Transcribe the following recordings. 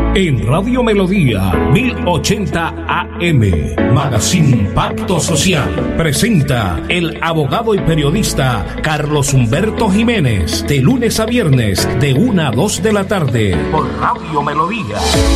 En Radio Melodía 1080 AM, Magazine Pacto Social, presenta el abogado y periodista Carlos Humberto Jiménez, de lunes a viernes, de 1 a 2 de la tarde, por Radio Melodía.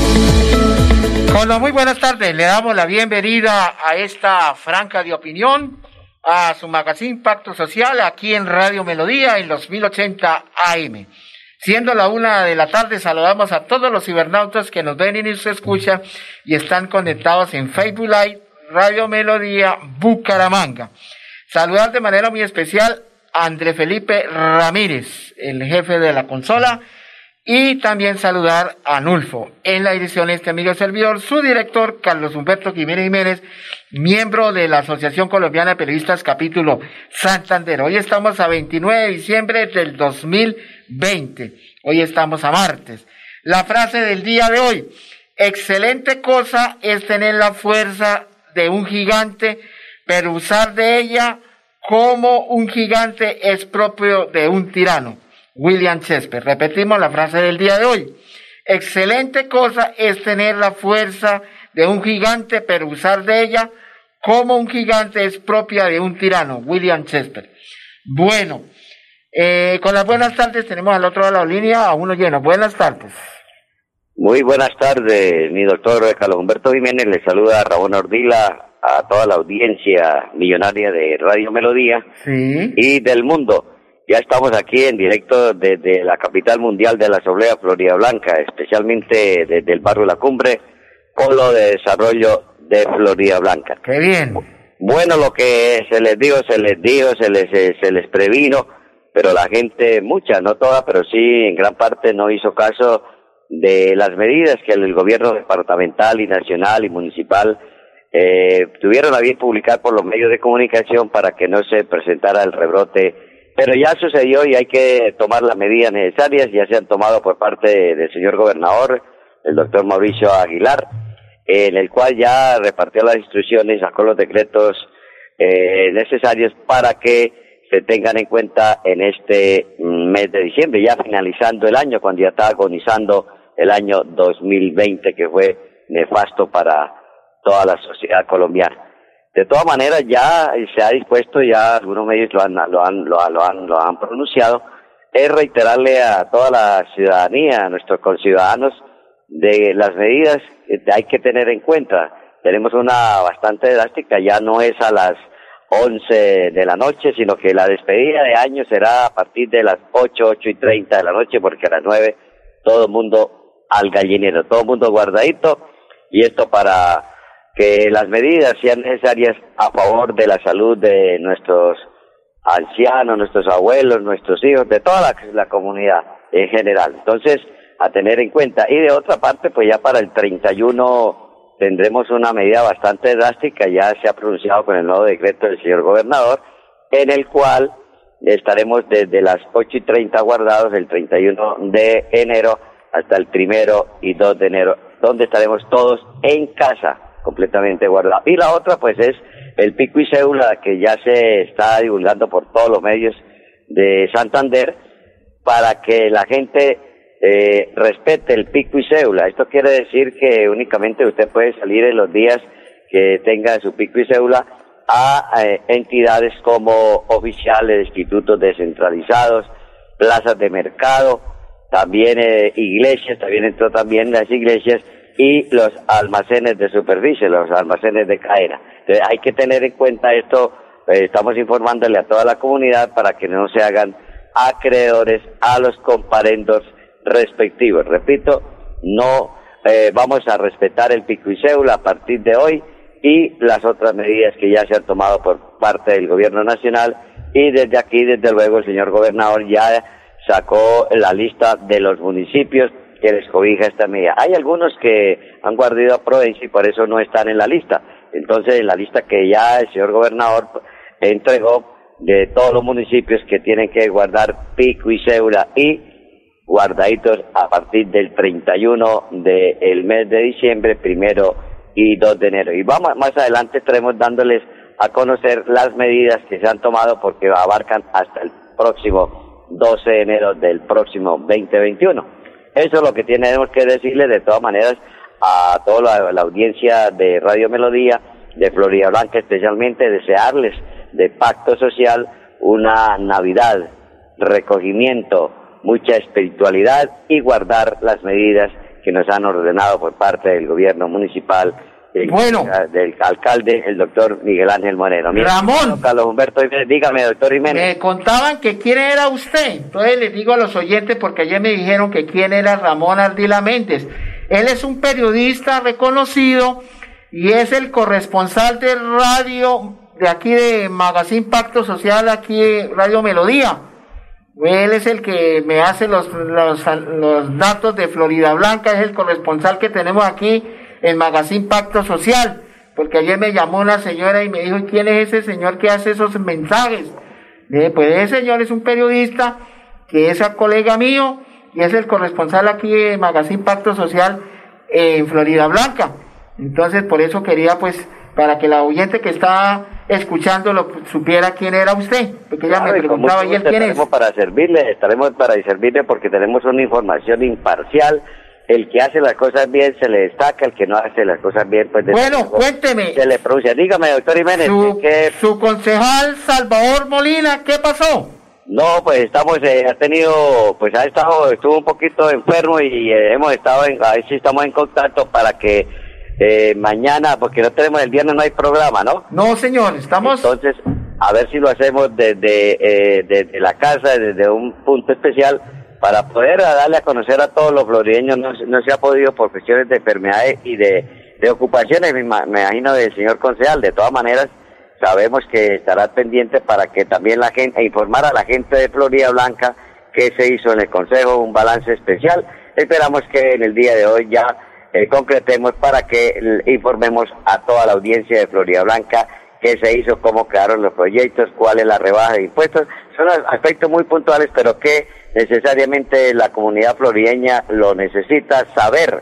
Hola, muy buenas tardes. Le damos la bienvenida a esta franca de opinión, a su Magazine Pacto Social, aquí en Radio Melodía, en los 1080 AM. Siendo la 1 de la tarde, saludamos a todos los cibernautas que nos ven y nos escuchan y están conectados en Facebook Live, Radio Melodía, Bucaramanga. Saludar de manera muy especial a André Felipe Ramírez, el jefe de la consola, y también saludar a Nulfo. En la edición este amigo servidor, su director, Carlos Humberto Jiménez, miembro de la Asociación Colombiana de Periodistas, capítulo Santander. Hoy estamos a 29 de diciembre del 2020. Hoy estamos a martes. La frase del día de hoy: excelente cosa es tener la fuerza de un gigante, pero usar de ella como un gigante es propio de un tirano. William Shakespeare. Repetimos la frase del día de hoy: excelente cosa es tener la fuerza de un gigante, pero usar de ella como un gigante es propia de un tirano. William Shakespeare. Bueno, con las buenas tardes tenemos al otro lado de la línea a uno lleno. Buenas tardes. Muy buenas tardes, mi doctor Carlos Humberto Jiménez. Le saluda a Ramón Ordila, a toda la audiencia millonaria de Radio Melodía, sí, y del mundo. Ya estamos aquí en directo desde la capital mundial de la Asamblea, Florida Blanca, especialmente desde el barrio La Cumbre, polo de desarrollo de Florida Blanca. ¡Qué bien! Bueno, lo que se les les previno, pero la gente, mucha, no toda, pero sí en gran parte no hizo caso de las medidas que el gobierno departamental y nacional y municipal tuvieron a bien publicar por los medios de comunicación para que no se presentara el rebrote. Pero ya sucedió y hay que tomar las medidas necesarias. Ya se han tomado por parte del señor gobernador, el doctor Mauricio Aguilar, en el cual ya repartió las instrucciones, sacó los decretos necesarios para que se tengan en cuenta en este mes de diciembre, ya finalizando el año, cuando ya está agonizando el año 2020, que fue nefasto para toda la sociedad colombiana. De todas maneras, ya se ha dispuesto, ya algunos medios lo han pronunciado, es reiterarle a toda la ciudadanía, a nuestros conciudadanos, de las medidas que hay que tener en cuenta. Tenemos una bastante drástica, ya no es a las 11 de la noche, sino que la despedida de año será a partir de las 8:30 de la noche, porque a las 9 todo el mundo al gallinero, todo el mundo guardadito, y esto para que las medidas sean necesarias a favor de la salud de nuestros ancianos, nuestros abuelos, nuestros hijos, de toda la comunidad en general. Entonces, a tener en cuenta. Y de otra parte, pues ya para el 31 tendremos una medida bastante drástica, ya se ha pronunciado con el nuevo decreto del señor gobernador, en el cual estaremos desde las 8:30 guardados el 31 de enero hasta el 1 y 2 de enero, donde estaremos todos en casa, completamente guardado. Y la otra pues es el pico y cédula, que ya se está divulgando por todos los medios de Santander, para que la gente respete el pico y cédula. Esto quiere decir que únicamente usted puede salir en los días que tenga su pico y cédula a entidades como oficiales, institutos descentralizados, plazas de mercado, también iglesias, también entró también las iglesias, y los almacenes de superficie, los almacenes de cadena. Entonces hay que tener en cuenta esto, estamos informándole a toda la comunidad para que no se hagan acreedores a los comparendos respectivos. Repito, no vamos a respetar el pico y cédula a partir de hoy y las otras medidas que ya se han tomado por parte del gobierno nacional, y desde aquí, desde luego, el señor gobernador ya sacó la lista de los municipios que les cobija esta medida. Hay algunos que han guardado a prudencia y por eso no están en la lista. Entonces, en la lista que ya el señor gobernador entregó de todos los municipios que tienen que guardar pico y cédula y guardaditos a partir del 31 del mes de diciembre, 1 y 2 de enero. Y vamos, más adelante estaremos dándoles a conocer las medidas que se han tomado, porque abarcan hasta el próximo 12 de enero del próximo 2021. Eso es lo que tenemos que decirle de todas maneras a toda la audiencia de Radio Melodía, de Florida Blanca especialmente, desearles de Pacto Social una Navidad, recogimiento, mucha espiritualidad y guardar las medidas que nos han ordenado por parte del gobierno municipal, del alcalde, el doctor Miguel Ángel Moreno. Ramón. Carlos Humberto Jiménez, dígame, doctor Jiménez. Me contaban que quién era usted, entonces les digo a los oyentes, porque ayer me dijeron que quién era Ramón Ardila Méndez. Él es un periodista reconocido y es el corresponsal de radio de aquí de Magazine Pacto Social, aquí Radio Melodía. Él es el que me hace los datos de Florida Blanca, es el corresponsal que tenemos aquí en Magazine Pacto Social, porque ayer me llamó una señora y me dijo, ¿y quién es ese señor que hace esos mensajes? Pues ese señor es un periodista que es colega mío y es el corresponsal aquí de Magazine Pacto Social en Florida Blanca. Entonces por eso quería, pues, para que la oyente que está escuchando supiera quién era usted, porque ella me preguntaba, ¿y él quién es? Estaremos para servirle porque tenemos una información imparcial. El que hace las cosas bien se le destaca, el que no hace las cosas bien, pues... Bueno, cuénteme. Se le pronuncia. Dígame, doctor Jiménez. Su concejal Salvador Molina, ¿qué pasó? No, pues estuvo un poquito enfermo y hemos estado a ver si estamos en contacto para que mañana, porque no tenemos el viernes, no hay programa, ¿no? No, señor, estamos... Entonces, a ver si lo hacemos desde la casa, desde un punto especial, para poder darle a conocer a todos los florideños. No se ha podido por cuestiones de enfermedades y de ocupaciones, me imagino, del señor concejal. De todas maneras, sabemos que estará pendiente para que también la gente, informar a la gente de Florida Blanca qué se hizo en el consejo, un balance especial. Esperamos que en el día de hoy ya concretemos para que informemos a toda la audiencia de Florida Blanca qué se hizo, cómo quedaron los proyectos, cuál es la rebaja de impuestos. Son aspectos muy puntuales, pero que necesariamente la comunidad florideña lo necesita saber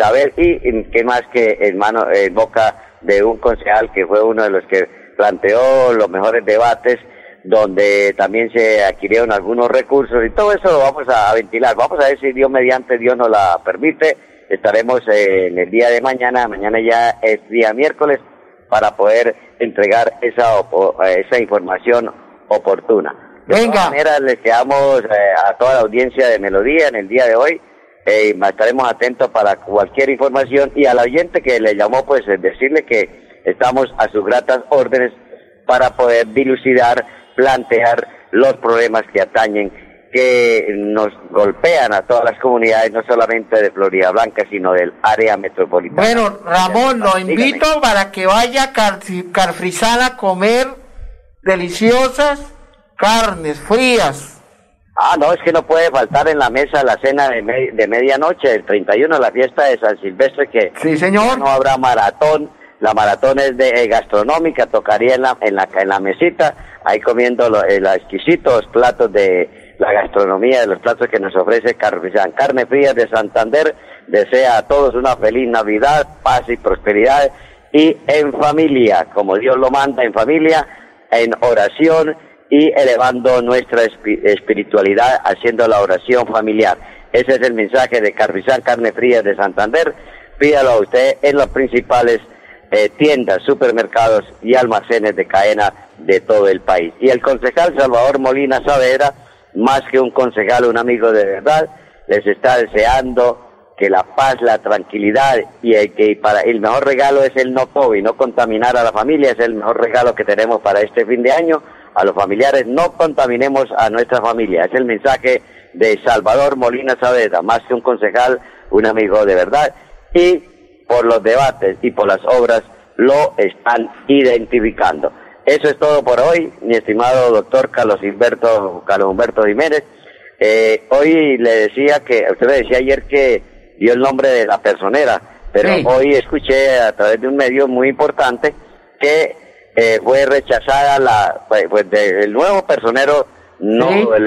y qué más que en boca de un concejal que fue uno de los que planteó los mejores debates, donde también se adquirieron algunos recursos y todo eso lo vamos a ventilar. Vamos a ver si Dios mediante, Dios nos la permite. Estaremos en el día de mañana ya es día miércoles, para poder entregar esa información oportuna. De todas maneras, les quedamos a toda la audiencia de Melodía en el día de hoy. Estaremos atentos para cualquier información, y al oyente que le llamó, pues decirle que estamos a sus gratas órdenes para poder dilucidar, plantear los problemas que atañen, que nos golpean a todas las comunidades, no solamente de Florida Blanca, sino del área metropolitana. Bueno, Ramón, lo invito para que vaya a Carfrizal a comer deliciosas carnes frías. No, es que no puede faltar en la mesa la cena de medianoche, el 31, la fiesta de San Silvestre, que sí, señor. No habrá maratón. La maratón es de gastronómica, tocaría en la mesita, ahí comiendo los exquisitos platos de la gastronomía, de los platos que nos ofrece Carfrizal. Carne Fría de Santander desea a todos una feliz Navidad, paz y prosperidad, y en familia, como Dios lo manda, en familia, en oración y elevando nuestra espiritualidad, haciendo la oración familiar. Ese es el mensaje de Carfrizal Carne Fría de Santander. Pídalo a usted en los principales tiendas, supermercados y almacenes de cadena de todo el país. Y el concejal Salvador Molina Saavedra, más que un concejal, un amigo de verdad, les está deseando que la paz, la tranquilidad y el mejor regalo es el no COVID, no contaminar a la familia, es el mejor regalo que tenemos para este fin de año. A los familiares, no contaminemos a nuestra familia. Es el mensaje de Salvador Molina Saavedra, más que un concejal, un amigo de verdad, y por los debates y por las obras lo están identificando. Eso es todo por hoy, mi estimado doctor Carlos Humberto Jiménez. Hoy le decía usted me decía ayer que dio el nombre de la personera, pero sí. Hoy escuché a través de un medio muy importante que fue rechazada el nuevo personero, no ¿sí? no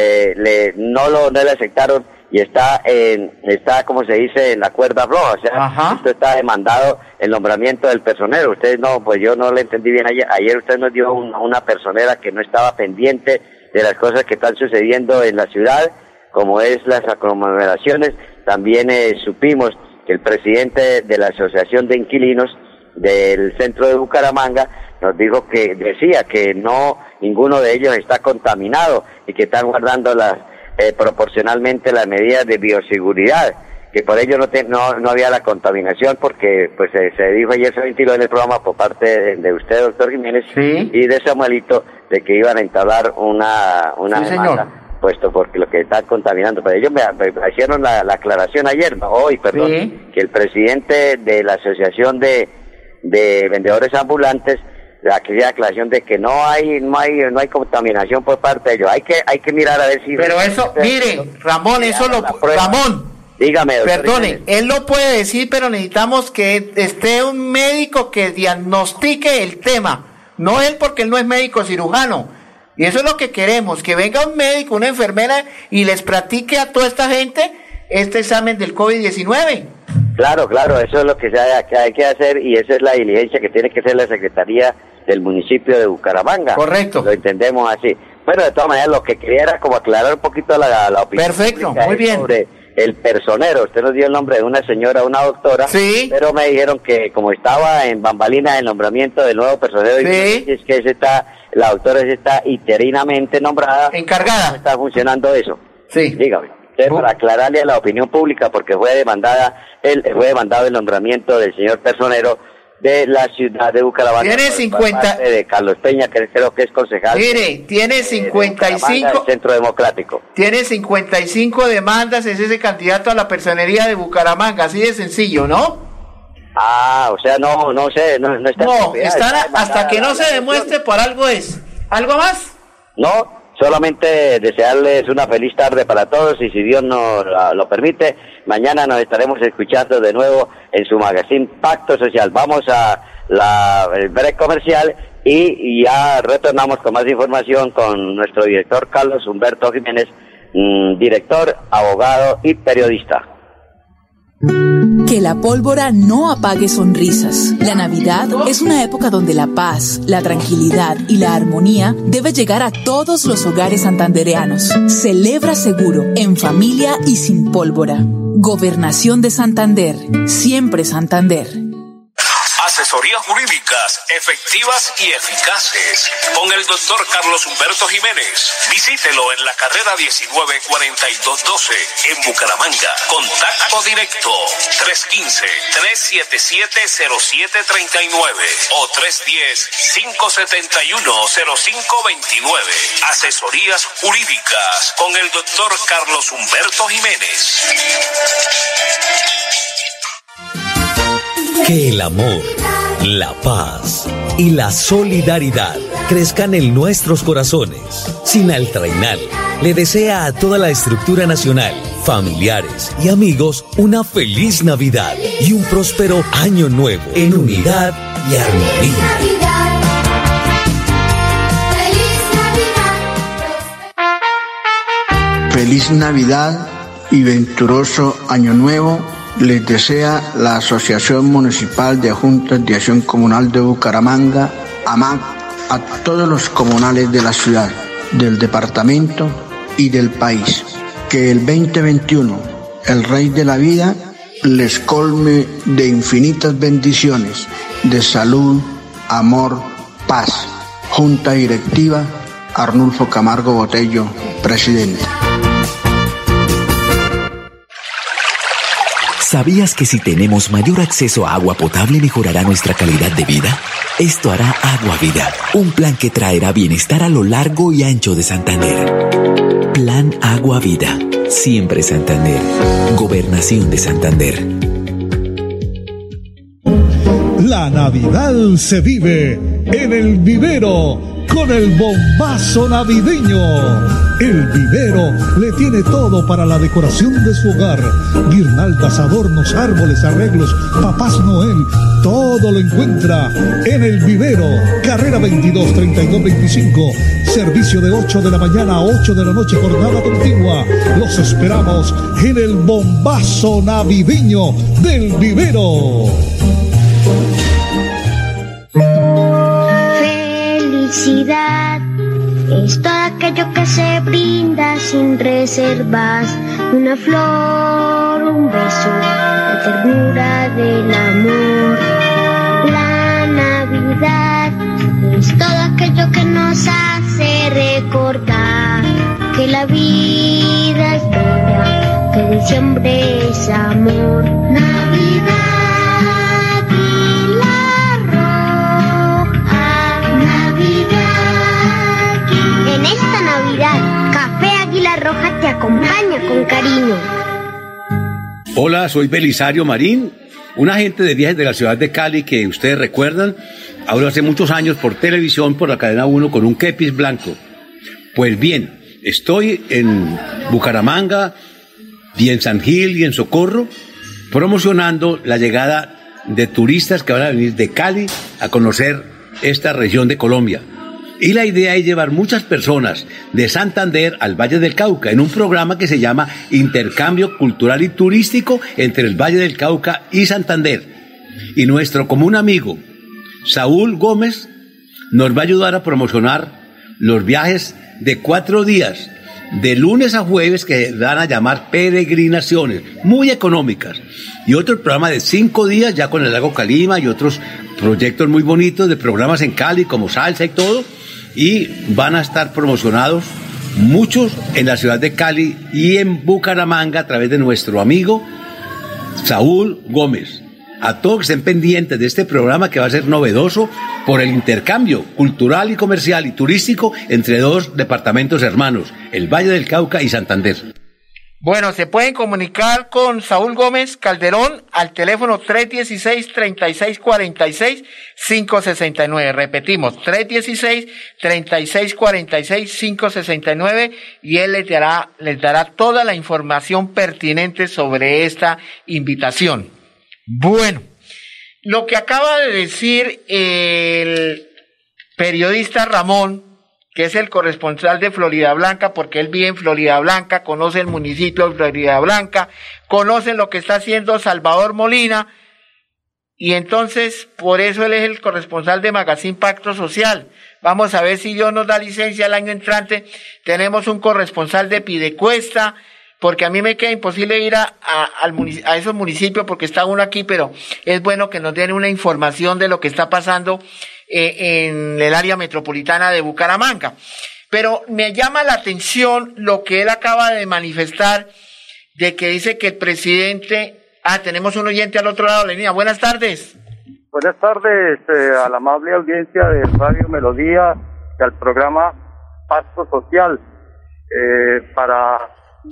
le aceptaron, y está como se dice, en la cuerda floja. O sea, ajá. Esto está demandado, el nombramiento del personero. Ustedes yo no le entendí bien ayer usted nos dio una personera que no estaba pendiente de las cosas que están sucediendo en la ciudad, como es las aglomeraciones, también supimos que el presidente de la Asociación de Inquilinos del centro de Bucaramanga nos dijo que decía que ninguno de ellos está contaminado y que están guardando proporcionalmente las medidas de bioseguridad, que por ello no había la contaminación, porque pues se dijo ayer, se ventiló en el programa por parte de usted, doctor Jiménez, sí, y de Samuelito, de que iban a entablar una sí, demanda, puesto porque lo que está contaminando. Pero ellos me hicieron la aclaración ayer, sí, que el presidente de la Asociación de Vendedores Ambulantes, aquella aclaración de que no hay contaminación por parte de ellos. Hay que mirar a ver si... Pero eso, mire, Ramón, Ramón, dígame, doctor, perdone, Jiménez. él lo puede decir, pero necesitamos que esté un médico que diagnostique el tema, no él, porque él no es médico cirujano, y eso es lo que queremos, que venga un médico, una enfermera, y les practique a toda esta gente este examen del COVID-19. Claro, eso es lo que hay que hacer, y esa es la diligencia que tiene que hacer la Secretaría del municipio de Bucaramanga. Correcto. Lo entendemos así. Bueno, de todas maneras, lo que quería era como aclarar un poquito la opinión. Perfecto, muy bien. Sobre el personero. Usted nos dio el nombre de una señora, una doctora, sí, pero me dijeron que como estaba en bambalinas el nombramiento del nuevo personero, sí, es que la doctora está interinamente nombrada. Encargada. ¿Cómo está funcionando eso? Sí. Dígame. Para aclararle a la opinión pública, porque fue demandado el nombramiento del señor personero de la ciudad de Bucaramanga. Tiene 50... de Carlos Peña, que creo que es concejal. Mire, tiene 55... Centro Democrático. Tiene 55 demandas, es ese candidato a la personería de Bucaramanga, así de sencillo, ¿no? O sea, no sé, no está... No, hasta que no se demuestre, por algo es. ¿Algo más? No, solamente desearles una feliz tarde para todos, y si Dios nos lo permite, mañana nos estaremos escuchando de nuevo en su magazine Pacto Social. Vamos a el break comercial y ya retornamos con más información con nuestro director Carlos Humberto Jiménez, director, abogado y periodista. Que la pólvora no apague sonrisas. La Navidad es una época donde la paz, la tranquilidad y la armonía debe llegar a todos los hogares santandereanos. Celebra seguro, en familia y sin pólvora. Gobernación de Santander. Siempre Santander. Asesorías jurídicas efectivas y eficaces con el doctor Carlos Humberto Jiménez. Visítelo en la carrera 194212 en Bucaramanga. Contacto directo 315-377-0739 o 310-571-0529. Asesorías jurídicas con el doctor Carlos Humberto Jiménez. Que el amor, la paz y la solidaridad crezcan en nuestros corazones. Sinaltrainal le desea a toda la estructura nacional, familiares y amigos una feliz Navidad y un próspero año nuevo en unidad y armonía. Feliz Navidad y venturoso año nuevo. Les desea la Asociación Municipal de Juntas de Acción Comunal de Bucaramanga, AMAC, a todos los comunales de la ciudad, del departamento y del país. Que el 2021, el Rey de la Vida, les colme de infinitas bendiciones, de salud, amor, paz. Junta Directiva, Arnulfo Camargo Botello, presidente. ¿Sabías que si tenemos mayor acceso a agua potable mejorará nuestra calidad de vida? Esto hará Agua Vida, un plan que traerá bienestar a lo largo y ancho de Santander. Plan Agua Vida, siempre Santander. Gobernación de Santander. La Navidad se vive en El Vivero con el bombazo navideño. El Vivero le tiene todo para la decoración de su hogar. Guirnaldas, adornos, árboles, arreglos, Papás Noel, todo lo encuentra en El Vivero. Carrera 22 32 25. Servicio de 8 de la mañana a 8 de la noche, jornada continua. Los esperamos en el bombazo navideño del Vivero. Felicidad Es todo aquello que se brinda sin reservas, una flor, un beso, la ternura del amor. La Navidad es todo aquello que nos hace recordar que la vida es bella, que diciembre es amor. Navidad y la roja, Navidad. En esta Navidad, Café Águila Roja te acompaña con cariño. Hola, soy Belisario Marín, un agente de viajes de la ciudad de Cali que ustedes recuerdan, hablo hace muchos años por televisión, por la cadena 1, con un kepis blanco. Pues bien, estoy en Bucaramanga y en San Gil y en Socorro promocionando la llegada de turistas que van a venir de Cali a conocer esta región de Colombia. Y la idea es llevar muchas personas de Santander al Valle del Cauca en un programa que se llama Intercambio Cultural y Turístico entre el Valle del Cauca y Santander. Y nuestro común amigo Saúl Gómez nos va a ayudar a promocionar los viajes de 4 días, de lunes a jueves, que van a llamar peregrinaciones, muy económicas. Y otro programa de 5 días ya con el lago Calima y otros proyectos muy bonitos de programas en Cali como salsa y todo. Y van a estar promocionados muchos en la ciudad de Cali y en Bucaramanga a través de nuestro amigo Saúl Gómez. A todos que estén pendientes de este programa que va a ser novedoso por el intercambio cultural y comercial y turístico entre 2 departamentos hermanos, el Valle del Cauca y Santander. Bueno, se pueden comunicar con Saúl Gómez Calderón al teléfono 316-3646-569. Repetimos, 316-3646-569 y él les dará toda la información pertinente sobre esta invitación. Bueno, lo que acaba de decir el periodista Ramón, que es el corresponsal de Florida Blanca, porque él vive en Florida Blanca, conoce el municipio de Florida Blanca, conoce lo que está haciendo Salvador Molina, y entonces por eso él es el corresponsal de Magazine Pacto Social. Vamos a ver si Dios nos da licencia el año entrante. Tenemos un corresponsal de Piedecuesta, porque a mí me queda imposible ir a esos municipios porque está uno aquí, pero es bueno que nos den una información de lo que está pasando en el área metropolitana de Bucaramanga. Pero me llama la atención lo que él acaba de manifestar, de que dice que el presidente... tenemos un oyente al otro lado de la línea. Buenas tardes. Buenas tardes a la amable audiencia de Radio Melodía y al programa Pacto Social, para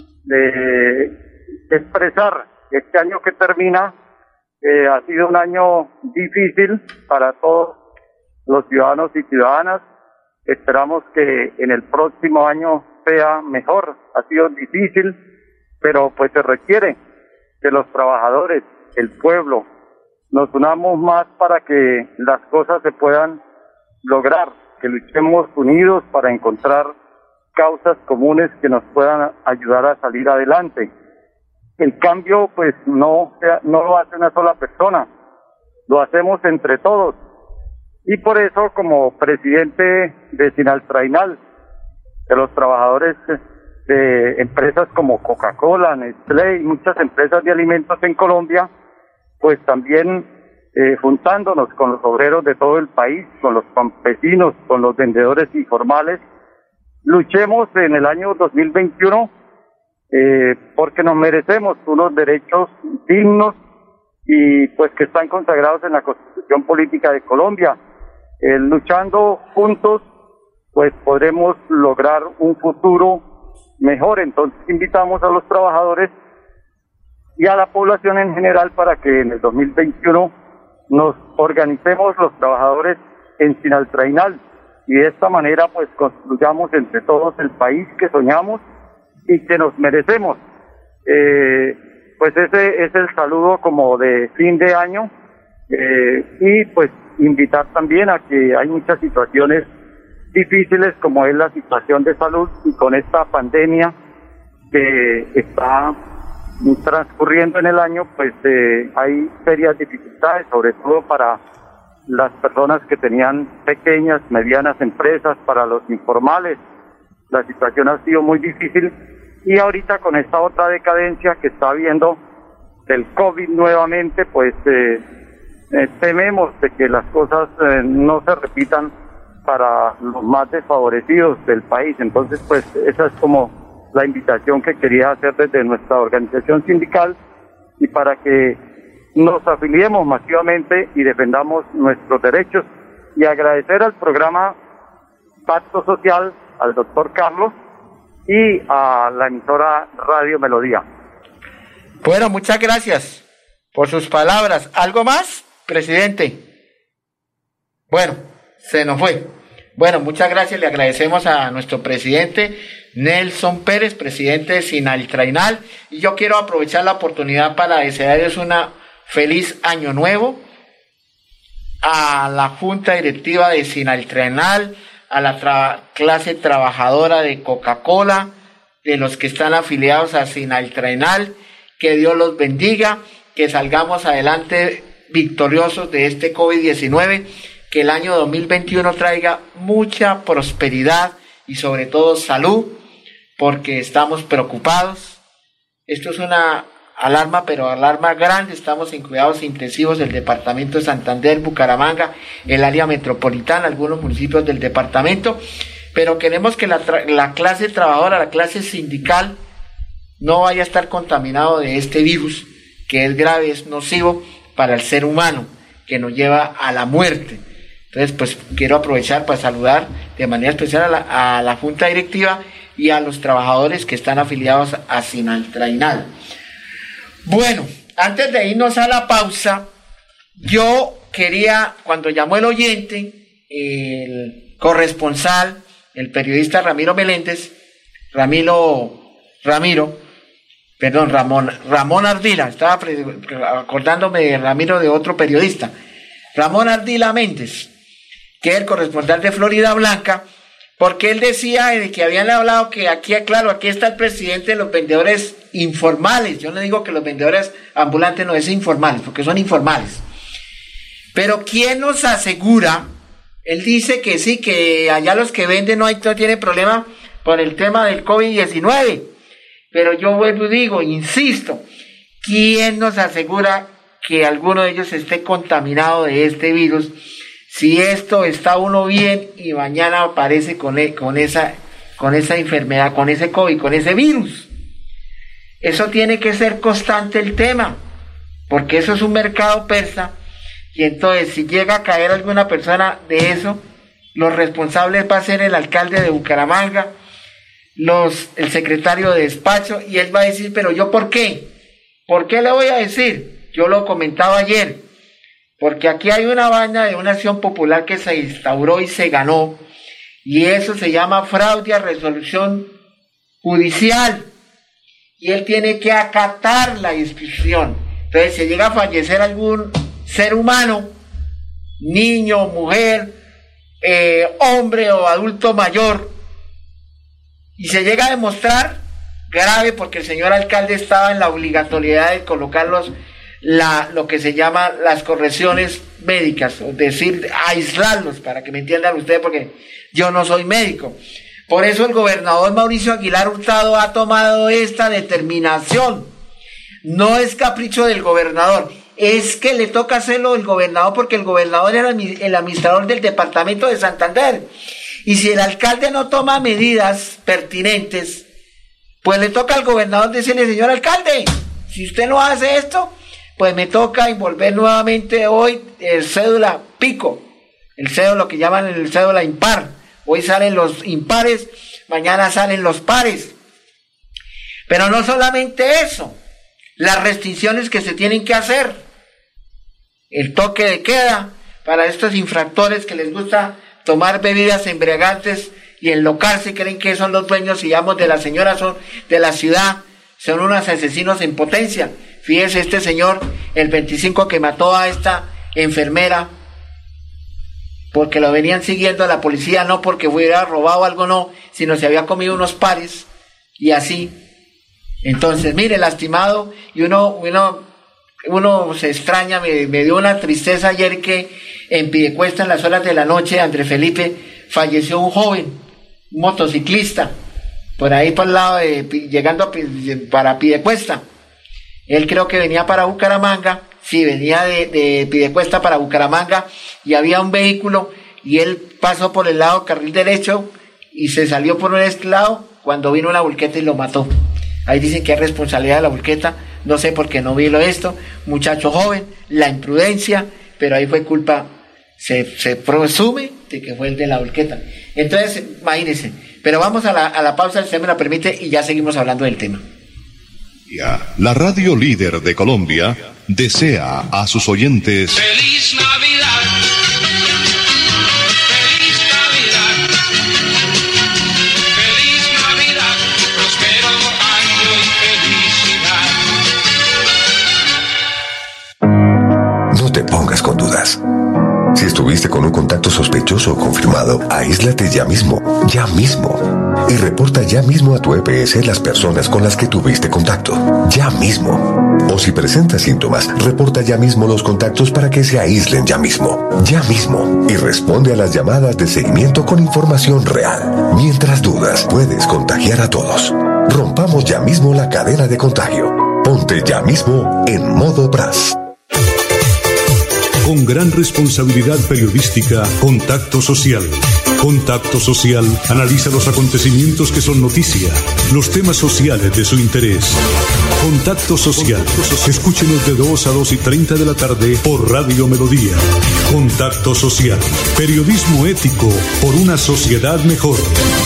expresar que este año que termina ha sido un año difícil para todos los ciudadanos y ciudadanas. Esperamos que en el próximo año sea mejor. Ha sido difícil, pero pues se requiere que los trabajadores, el pueblo, nos unamos más para que las cosas se puedan lograr, que luchemos unidos para encontrar causas comunes que nos puedan ayudar a salir adelante. El cambio pues no lo hace una sola persona, lo hacemos entre todos. Y por eso, como presidente de Sinaltrainal, de los trabajadores de empresas como Coca-Cola, Nestlé y muchas empresas de alimentos en Colombia, pues también juntándonos con los obreros de todo el país, con los campesinos, con los vendedores informales, luchemos en el año 2021 porque nos merecemos unos derechos dignos y pues que están consagrados en la Constitución Política de Colombia. Luchando juntos, pues podremos lograr un futuro mejor. Entonces invitamos a los trabajadores y a la población en general para que en el 2021 nos organicemos los trabajadores en Sinaltrainal y de esta manera pues construyamos entre todos el país que soñamos y que nos merecemos. Pues ese es el saludo como de fin de año, y pues invitar también a que hay muchas situaciones difíciles como es la situación de salud, y con esta pandemia que está transcurriendo en el año, pues hay serias dificultades, sobre todo para las personas que tenían pequeñas, medianas empresas, para los informales, la situación ha sido muy difícil y ahorita con esta otra decadencia que está habiendo del COVID nuevamente, pues tememos de que las cosas no se repitan para los más desfavorecidos del país. Entonces, pues esa es como la invitación que quería hacer desde nuestra organización sindical y para que nos afiliemos masivamente y defendamos nuestros derechos, y agradecer al programa Pacto Social, al doctor Carlos y a la emisora Radio Melodía. Bueno, muchas gracias por sus palabras. ¿Algo más, presidente? Bueno, se nos fue. Bueno, muchas gracias. Le agradecemos a nuestro presidente Nelson Pérez, presidente de Sinaltrainal. Y yo quiero aprovechar la oportunidad para desearles una feliz año nuevo a la Junta Directiva de Sinaltrainal, a la clase trabajadora de Coca-Cola, de los que están afiliados a Sinaltrainal. Que Dios los bendiga, que salgamos adelante victoriosos de este COVID-19, que el año 2021 traiga mucha prosperidad y sobre todo salud, porque estamos preocupados. Esto es una alarma, pero alarma grande. Estamos en cuidados intensivos del departamento de Santander, Bucaramanga, el área metropolitana, algunos municipios del departamento, pero queremos que la clase trabajadora, la clase sindical, no vaya a estar contaminado de este virus, que es grave, es nocivo para el ser humano, que nos lleva a la muerte. Entonces, pues quiero aprovechar para saludar de manera especial a la Junta Directiva y a los trabajadores que están afiliados a Sinaltrainal. Bueno, antes de irnos a la pausa, yo quería, cuando llamó el oyente, el corresponsal, el periodista Ramón Ardila, estaba acordándome de Ramiro, de otro periodista, Ramón Ardila Méndez, que es el corresponsal de Florida Blanca, porque él decía de que habían hablado que aquí, claro, aquí está el presidente de los vendedores informales. Yo no digo que los vendedores ambulantes no es informales, porque son informales. Pero ¿quién nos asegura? Él dice que sí, que allá los que venden no tienen problema por el tema del COVID-19. Pero yo vuelvo y digo, insisto, ¿quién nos asegura que alguno de ellos esté contaminado de este virus? Si esto está uno bien y mañana aparece con esa enfermedad, con ese COVID, con ese virus. Eso tiene que ser constante el tema, porque eso es un mercado persa, y entonces si llega a caer alguna persona de eso, los responsables va a ser el alcalde de Bucaramanga, el secretario de despacho, y él va a decir, pero yo ¿por qué? ¿Por qué le voy a decir? Yo lo comentaba ayer, porque aquí hay una vaina de una acción popular que se instauró y se ganó, y eso se llama fraude a resolución judicial, y él tiene que acatar la inscripción. Entonces, si llega a fallecer algún ser humano, niño, mujer, hombre o adulto mayor, y se llega a demostrar, grave, porque el señor alcalde estaba en la obligatoriedad de colocar lo que se llama las correcciones médicas, o decir, aislarlos, para que me entiendan ustedes, porque yo no soy médico. Por eso el gobernador Mauricio Aguilar Hurtado ha tomado esta determinación. No es capricho del gobernador, es que le toca hacerlo el gobernador, porque el gobernador era el administrador del departamento de Santander. Y si el alcalde no toma medidas pertinentes, pues le toca al gobernador decirle, señor alcalde, si usted no hace esto, pues me toca envolver nuevamente hoy el cédula pico, el cédula, lo que llaman el cédula impar. Hoy salen los impares, mañana salen los pares. Pero no solamente eso, las restricciones que se tienen que hacer, el toque de queda para estos infractores que les gusta tomar bebidas embriagantes y enlocarse, creen que son los dueños, digamos, de la señora, son de la ciudad, son unos asesinos en potencia. Fíjese este señor, el 25, que mató a esta enfermera, porque lo venían siguiendo a la policía, no porque hubiera robado algo, no, sino se había comido unos pares, y así. Entonces, mire, lastimado, y uno se extraña, me dio una tristeza ayer que en Piedecuesta, en las horas de la noche, André Felipe, falleció un joven motociclista, por ahí para el lado llegando para Piedecuesta. Él creo que venía para Bucaramanga, sí, venía de Piedecuesta para Bucaramanga, y había un vehículo, y él pasó por el lado carril derecho, y se salió por este lado, cuando vino una volqueta y lo mató. Ahí dicen que es responsabilidad de la volqueta, no sé por qué no vi esto, muchacho joven, la imprudencia, pero ahí fue culpa, se presume de que fue el de la volqueta. Entonces, imagínense, pero vamos a la pausa, si usted me la permite, y ya seguimos hablando del tema. La radio líder de Colombia desea a sus oyentes ¡Feliz Navidad! ¡Feliz Navidad! ¡Feliz Navidad! ¡Próspero año y felicidad! No te pongas con dudas. Si estuviste con un contacto sospechoso o confirmado, aíslate ya mismo, y reporta ya mismo a tu EPS las personas con las que tuviste contacto, ya mismo. O si presentas síntomas, reporta ya mismo los contactos para que se aíslen ya mismo, y responde a las llamadas de seguimiento con información real. Mientras dudas, puedes contagiar a todos. Rompamos ya mismo la cadena de contagio. Ponte ya mismo en modo BRAS. Con gran responsabilidad periodística, Contacto Social. Contacto Social analiza los acontecimientos que son noticia, los temas sociales de su interés. Contacto Social. Escúchenos de 2 a 2:30 de la tarde por Radio Melodía. Contacto Social. Periodismo ético por una sociedad mejor.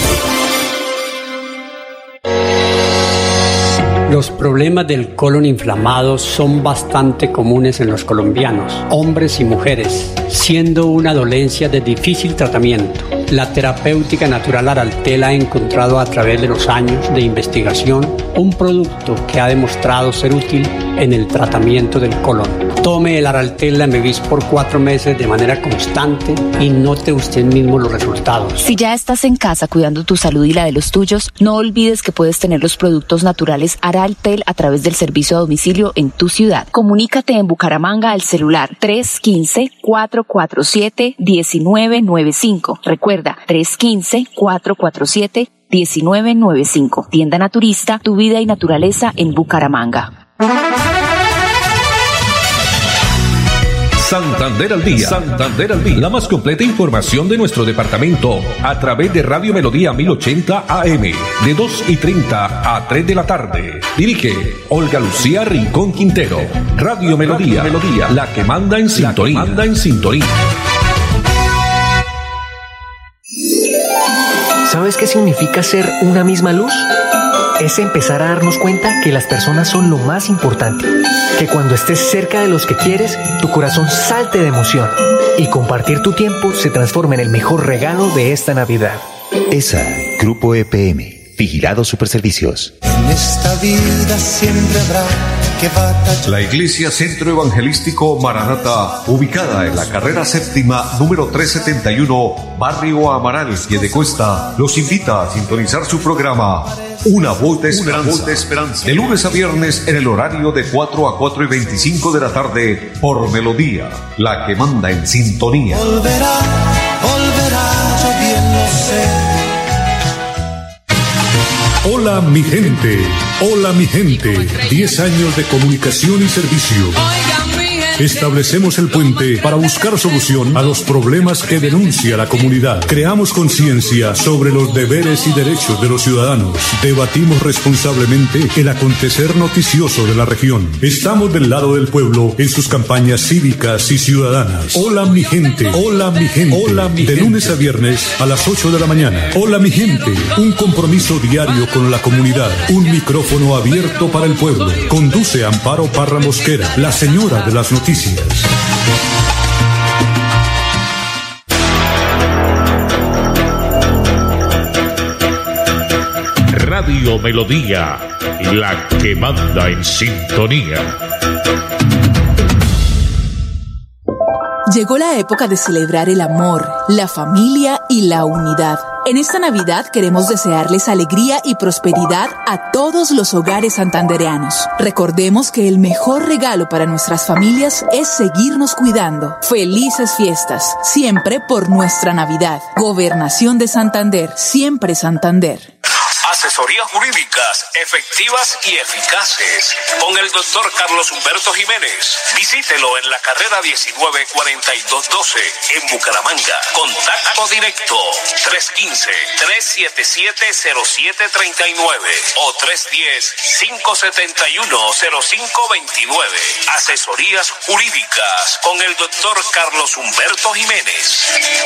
Los problemas del colon inflamado son bastante comunes en los colombianos, hombres y mujeres, siendo una dolencia de difícil tratamiento. La terapéutica natural Araltel ha encontrado a través de los años de investigación un producto que ha demostrado ser útil en el tratamiento del colon. Tome el Araltel Lambevis por 4 meses de manera constante y note usted mismo los resultados. Si ya estás en casa cuidando tu salud y la de los tuyos, no olvides que puedes tener los productos naturales Araltel a través del servicio a domicilio en tu ciudad. Comunícate en Bucaramanga al celular 315-447-1995. Recuerda, 315-447-1995. Tienda Naturista, tu vida y naturaleza en Bucaramanga. Santander al día. Santander al día. La más completa información de nuestro departamento a través de Radio Melodía 1080 AM de 2:30 a 3 de la tarde. Dirige Olga Lucía Rincón Quintero. Radio Melodía, la que manda en sintonía. ¿Sabes qué significa ser una misma luz? Es empezar a darnos cuenta que las personas son lo más importante, que cuando estés cerca de los que quieres, tu corazón salte de emoción y compartir tu tiempo se transforma en el mejor regalo de esta Navidad. ESA, Grupo EPM, Vigilados Superservicios. En esta vida siempre habrá que batallar. La Iglesia Centro Evangelístico Maranata, ubicada en la carrera séptima, número 371, Barrio Amaral, Piedecuesta, los invita a sintonizar su programa Una Voz de Esperanza. De lunes a viernes en el horario de 4 a 4:25 de la tarde por Melodía, la que manda en sintonía. Volverá, yo bien lo sé. Hola mi gente, 10 años de comunicación y servicio. Establecemos el puente para buscar solución a los problemas que denuncia la comunidad. Creamos conciencia sobre los deberes y derechos de los ciudadanos. Debatimos responsablemente el acontecer noticioso de la región. Estamos del lado del pueblo en sus campañas cívicas y ciudadanas. Hola mi gente, de lunes a viernes a las 8 de la mañana. Hola mi gente, un compromiso diario con la comunidad. Un micrófono abierto para el pueblo. Conduce Amparo Parra Mosquera, la señora de las noticias. Radio Melodía, la que manda en sintonía. Llegó la época de celebrar el amor, la familia y la unidad. En esta Navidad queremos desearles alegría y prosperidad a todos los hogares santandereanos. Recordemos que el mejor regalo para nuestras familias es seguirnos cuidando. Felices fiestas, siempre por nuestra Navidad. Gobernación de Santander, siempre Santander. Asesorías jurídicas efectivas y eficaces con el doctor Carlos Humberto Jiménez. Visítelo en la carrera 194212 en Bucaramanga. Contacto directo 315-377-0739 o 310-571-0529. Asesorías jurídicas con el doctor Carlos Humberto Jiménez.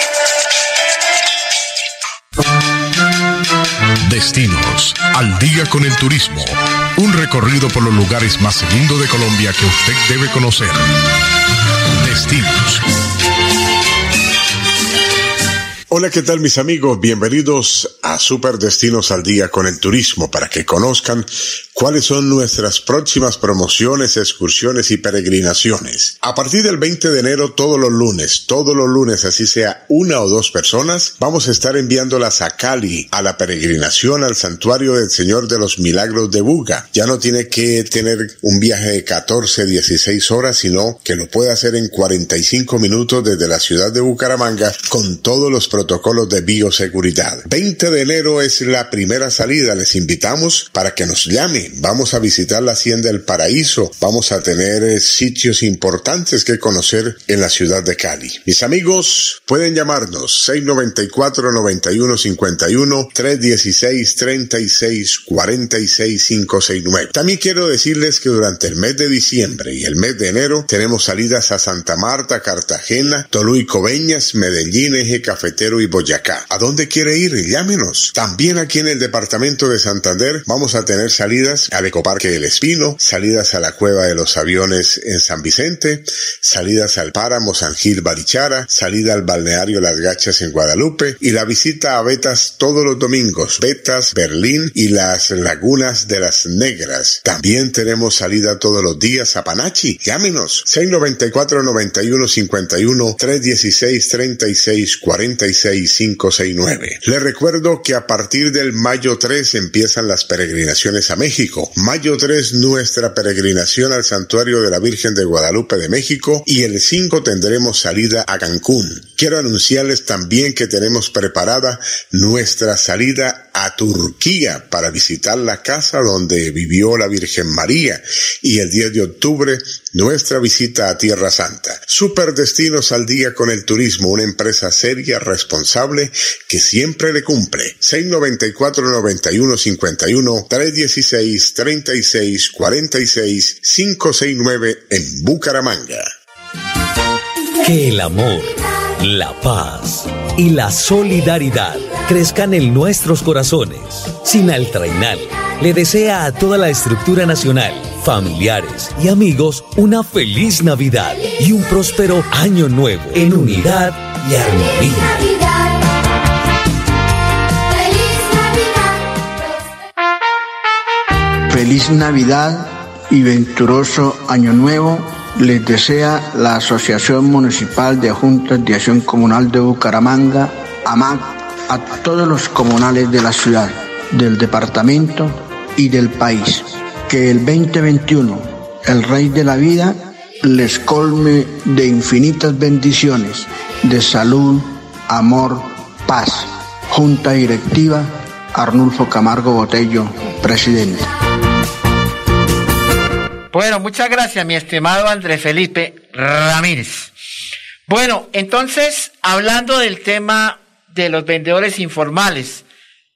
Destinos, al día con el turismo. Un recorrido por los lugares más lindos de Colombia que usted debe conocer. Destinos. Hola, ¿qué tal mis amigos? Bienvenidos a Super Destinos al Día con el Turismo para que conozcan cuáles son nuestras próximas promociones, excursiones y peregrinaciones. A partir del 20 de enero, todos los lunes, así sea una o dos personas, vamos a estar enviándolas a Cali, a la peregrinación al Santuario del Señor de los Milagros de Buga. Ya no tiene que tener un viaje de 14, 16 horas, sino que lo puede hacer en 45 minutos desde la ciudad de Bucaramanga con todos los protocolos de bioseguridad. 20 de enero es la primera salida. Les invitamos para que nos llamen. Vamos a visitar la Hacienda El Paraíso. Vamos a tener sitios importantes que conocer en la ciudad de Cali. Mis amigos, pueden llamarnos 694-9151, 316-3646-569. También quiero decirles que durante el mes de diciembre y el mes de enero tenemos salidas a Santa Marta, Cartagena, Tolú y Coveñas, Medellín, Eje Cafetero y Boyacá. ¿A dónde quiere ir? Llámenos. También aquí en el departamento de Santander vamos a tener salidas al Ecoparque El Espino, salidas a la Cueva de los Aviones en San Vicente, salidas al Páramo San Gil Barichara, salida al Balneario Las Gachas en Guadalupe y la visita a Betas todos los domingos, Betas, Berlín y las Lagunas de las Negras. También tenemos salida todos los días a Panachi. Llámenos 694-9151, 316-3646-569. Les recuerdo que a partir del mayo 3 empiezan las peregrinaciones a México. Mayo 3, nuestra peregrinación al Santuario de la Virgen de Guadalupe de México, y el 5 tendremos salida a Cancún. Quiero anunciarles también que tenemos preparada nuestra salida a Turquía para visitar la casa donde vivió la Virgen María, y el 10 de octubre nuestra visita a Tierra Santa. Super Destinos al Día con el Turismo, una empresa seria, responsable, que siempre le cumple. 694-9151, 316-3646-569 en Bucaramanga. Que el amor, la paz y la solidaridad crezcan en nuestros corazones. Sinaltrainal le desea a toda la estructura nacional, familiares y amigos una feliz Navidad y un próspero año nuevo en unidad y armonía. Feliz Navidad y venturoso año nuevo les desea la Asociación Municipal de Juntas de Acción Comunal de Bucaramanga, AMAC, a todos los comunales de la ciudad, del departamento y del país. Que el 2021, el Rey de la Vida, les colme de infinitas bendiciones, de salud, amor, paz. Junta Directiva, Arnulfo Camargo Botello, presidente. Bueno, muchas gracias, mi estimado Andrés Felipe Ramírez. Bueno, entonces, hablando del tema de los vendedores informales,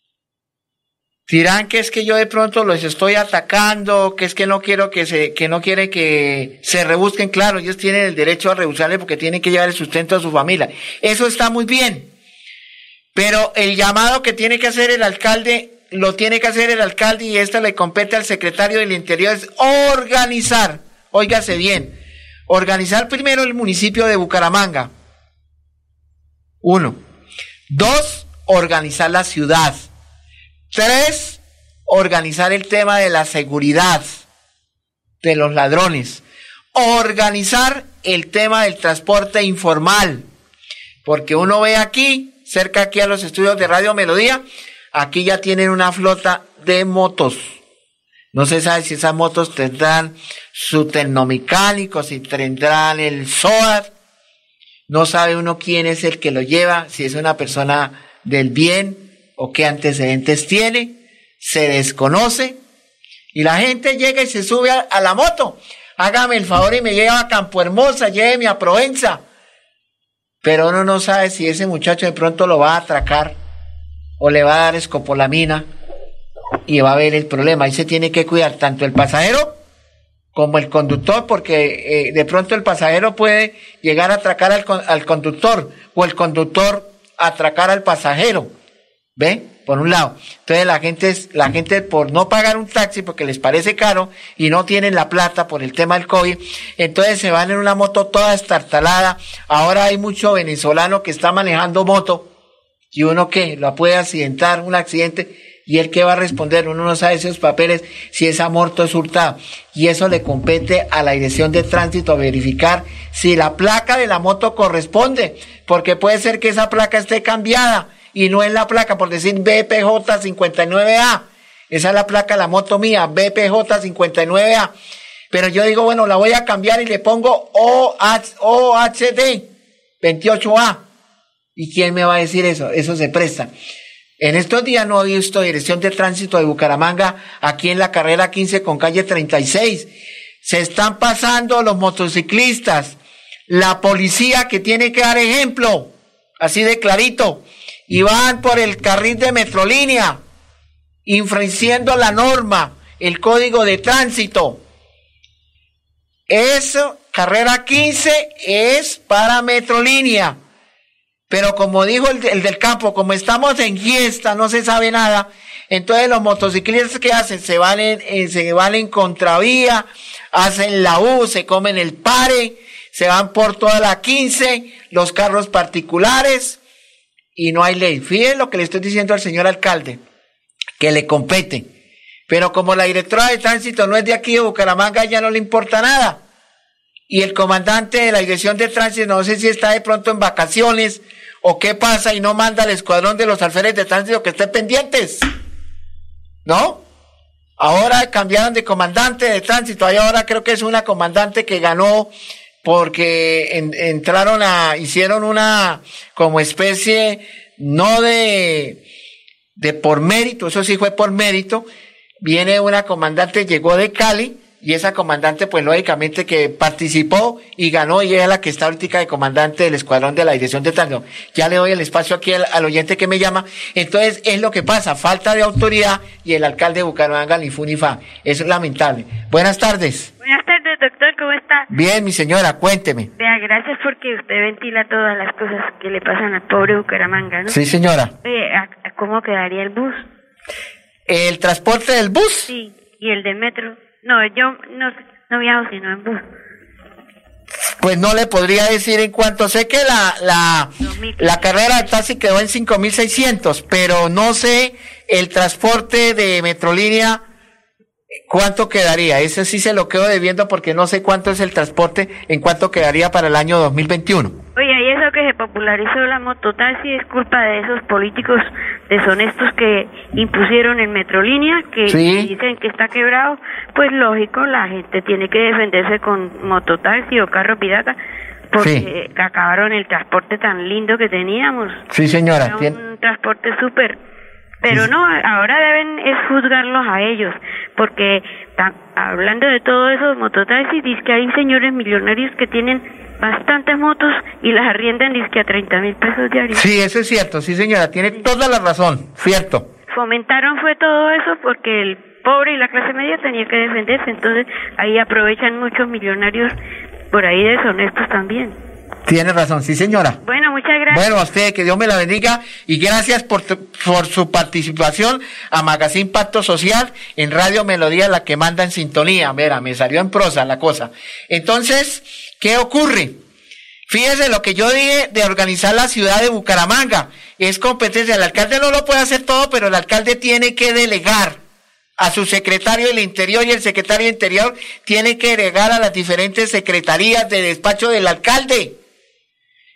dirán que es que yo de pronto los estoy atacando, que es que no quiero que no quiere que se rebusquen. Claro, ellos tienen el derecho a rebuscarle porque tienen que llevar el sustento a su familia. Eso está muy bien. Pero el llamado que tiene que hacer el alcalde, lo tiene que hacer el alcalde, y esto le compete al secretario del Interior, es organizar, óigase bien, organizar primero el municipio de Bucaramanga. 1. 2, organizar la ciudad. 3, organizar el tema de la seguridad de los ladrones. Organizar el tema del transporte informal. Porque uno ve aquí cerca aquí a los estudios de Radio Melodía, aquí ya tienen una flota de motos. No se sabe si esas motos tendrán su tecnomecánico, si tendrán el SOAT. No sabe uno quién es el que lo lleva, si es una persona del bien o qué antecedentes tiene. Se desconoce. Y la gente llega y se sube a la moto. Hágame el favor y me lleva a Campo Hermosa, lléveme a Provenza. Pero uno no sabe si ese muchacho de pronto lo va a atracar o le va a dar escopolamina y va a haber el problema. Ahí se tiene que cuidar tanto el pasajero como el conductor, porque de pronto el pasajero puede llegar a atracar al conductor o el conductor atracar al pasajero. ¿Ve? Por un lado. Entonces la gente por no pagar un taxi porque les parece caro y no tienen la plata por el tema del COVID, entonces se van en una moto toda estartalada. Ahora hay mucho venezolano que está manejando moto y uno que la puede accidentar, un accidente, y él que va a responder, uno no sabe esos papeles, si esa moto es hurtada, y eso le compete a la Dirección de Tránsito a verificar si la placa de la moto corresponde, porque puede ser que esa placa esté cambiada y no es la placa, por decir BPJ 59A, esa es la placa de la moto mía, BPJ 59A, pero yo digo, bueno, la voy a cambiar y le pongo OHD 28A, ¿y quién me va a decir eso? Eso se presta. En estos días no he visto Dirección de Tránsito de Bucaramanga aquí en la carrera 15 con calle 36. Se están pasando los motociclistas, la policía que tiene que dar ejemplo, así de clarito, y van por el carril de Metrolínea, infringiendo la norma, el código de tránsito. Eso, carrera 15 es para Metrolínea. Pero como dijo el del campo, como estamos en fiesta, no se sabe nada, entonces los motociclistas ¿qué hacen? Se van en contravía, hacen la U, se comen el pare, se van por toda la 15, los carros particulares, y no hay ley. Fíjense lo que le estoy diciendo al señor alcalde, que le compete. Pero como la directora de tránsito no es de aquí de Bucaramanga, ya no le importa nada. Y el comandante de la Dirección de Tránsito, no sé si está de pronto en vacaciones o qué pasa y no manda al escuadrón de los alférez de tránsito que estén pendientes. ¿No? Ahora cambiaron de comandante de tránsito. Ahora creo que es una comandante que ganó porque hicieron una como especie, no de por mérito, eso sí fue por mérito. Viene una comandante, llegó de Cali, y esa comandante, pues lógicamente que participó y ganó, y es la que está ahorita de comandante del escuadrón de la Dirección de Tránsito. Ya le doy el espacio aquí al oyente que me llama. Entonces, es lo que pasa, falta de autoridad, y el alcalde de Bucaramanga ni fu ni fa. Es lamentable. Buenas tardes. Buenas tardes, doctor, ¿cómo está? Bien, mi señora, cuénteme. Vea, gracias porque usted ventila todas las cosas que le pasan al pobre Bucaramanga, ¿no? Sí, señora. ¿Cómo quedaría el bus? ¿El transporte del bus? Sí, y el del metro. No, yo no viajo sino en bus. Pues no le podría decir en cuanto. Sé que la carrera de taxi quedó en 5.600, pero no sé el transporte de Metrolínea cuánto quedaría. Ese sí se lo quedo debiendo porque no sé cuánto es el transporte, en cuánto quedaría para el año 2021. Oye, y eso que se popularizó la mototaxi es culpa de esos políticos deshonestos que impusieron en Metrolínea, que sí dicen que está quebrado. Pues lógico, la gente tiene que defenderse con mototaxi o carro pirata, porque sí acabaron el transporte tan lindo que teníamos. Sí, señora. Era un transporte súper. Pero no, ahora deben es juzgarlos a ellos, porque hablando de todo eso, mototaxi, dice que hay señores millonarios que tienen bastantes motos y las arriendan dizque a 30,000 pesos diarios. Sí, eso es cierto, sí señora, tiene toda la razón, cierto. Fomentaron fue todo eso porque el pobre y la clase media tenía que defenderse, entonces ahí aprovechan muchos millonarios por ahí deshonestos también. Tiene razón, sí señora. Bueno, muchas gracias. Bueno, a usted, que Dios me la bendiga, y gracias por su participación a Magazine Pacto Social en Radio Melodía, la que manda en sintonía. Mira, me salió en prosa la cosa. Entonces, ¿qué ocurre? Fíjese lo que yo dije de organizar la ciudad de Bucaramanga. Es competencia, el alcalde no lo puede hacer todo, pero el alcalde tiene que delegar a su secretario del Interior, y el secretario del Interior tiene que delegar a las diferentes secretarías de despacho del alcalde.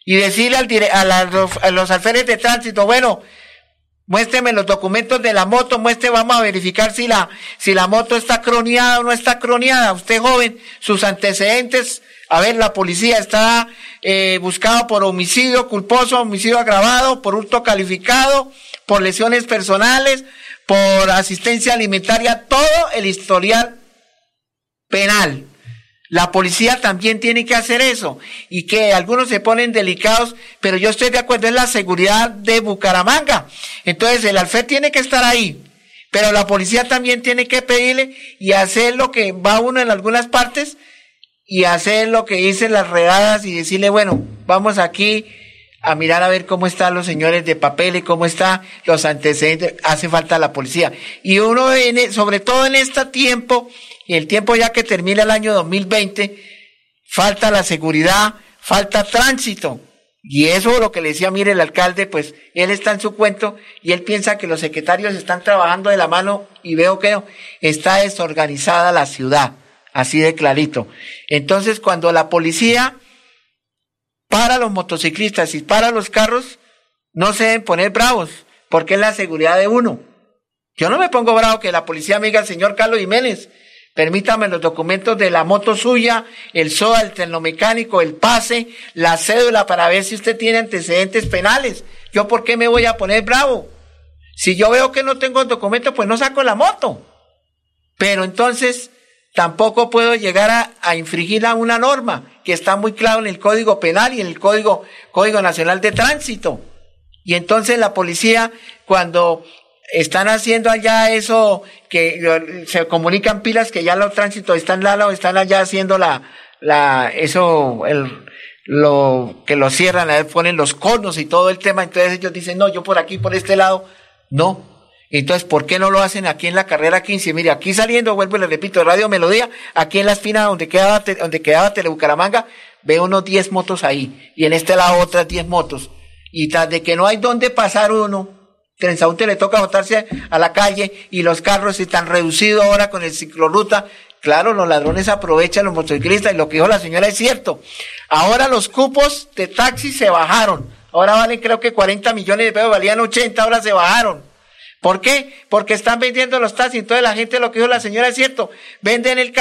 y decirle a los alférez de tránsito, bueno, muéstreme los documentos de la moto, vamos a verificar si la moto está croneada o no está croneada. Usted joven, sus antecedentes, a ver, la policía está buscado por homicidio culposo, homicidio agravado, por hurto calificado, por lesiones personales, por asistencia alimentaria, todo el historial penal. La policía también tiene que hacer eso, y que algunos se ponen delicados, pero yo estoy de acuerdo, es la seguridad de Bucaramanga. Entonces el alférez tiene que estar ahí, pero la policía también tiene que pedirle y hacer lo que va uno en algunas partes, y hacer lo que dicen las redadas y decirle, bueno, vamos aquí a mirar a ver cómo están los señores de papel y cómo están los antecedentes. Hace falta la policía. Y uno, sobre todo en este tiempo, y el tiempo ya que termina el año 2020, falta la seguridad, falta tránsito. Y eso lo que le decía, mire, el alcalde, pues él está en su cuento y él piensa que los secretarios están trabajando de la mano, y veo que no, está desorganizada la ciudad, así de clarito. Entonces, cuando la policía para los motociclistas y para los carros, no se deben poner bravos, porque es la seguridad de uno. Yo no me pongo bravo que la policía me diga, señor Carlos Jiménez, permítame los documentos de la moto suya, el SOA, el tecnomecánico, el pase, la cédula, para ver si usted tiene antecedentes penales. ¿Yo por qué me voy a poner bravo? Si yo veo que no tengo documentos, pues no saco la moto. Pero entonces tampoco puedo llegar a infringir a una norma que está muy claro en el Código Penal y en el Código Nacional de Tránsito. Y entonces la policía, cuando están haciendo allá eso, que se comunican pilas que ya los tránsitos están allá haciendo lo que lo cierran, a ver, ponen los conos y todo el tema. Entonces ellos dicen, no, yo por aquí, por este lado, no. Entonces, ¿por qué no lo hacen aquí en la carrera 15? Mire, aquí saliendo, vuelvo y le repito, Radio Melodía, aquí en la esquina donde quedaba Telebucaramanga, veo unos 10 motos ahí, y en este lado otras 10 motos. Y tras de que no hay dónde pasar uno, transaúnte le toca botarse a la calle, y los carros están reducidos ahora con el ciclorruta. Claro, los ladrones aprovechan los motociclistas, y lo que dijo la señora es cierto. Ahora los cupos de taxi se bajaron. Ahora valen, creo que 40 millones de pesos, valían 80, ahora se bajaron. ¿Por qué? Porque están vendiendo los taxis. Entonces la gente, lo que dijo la señora es cierto, venden el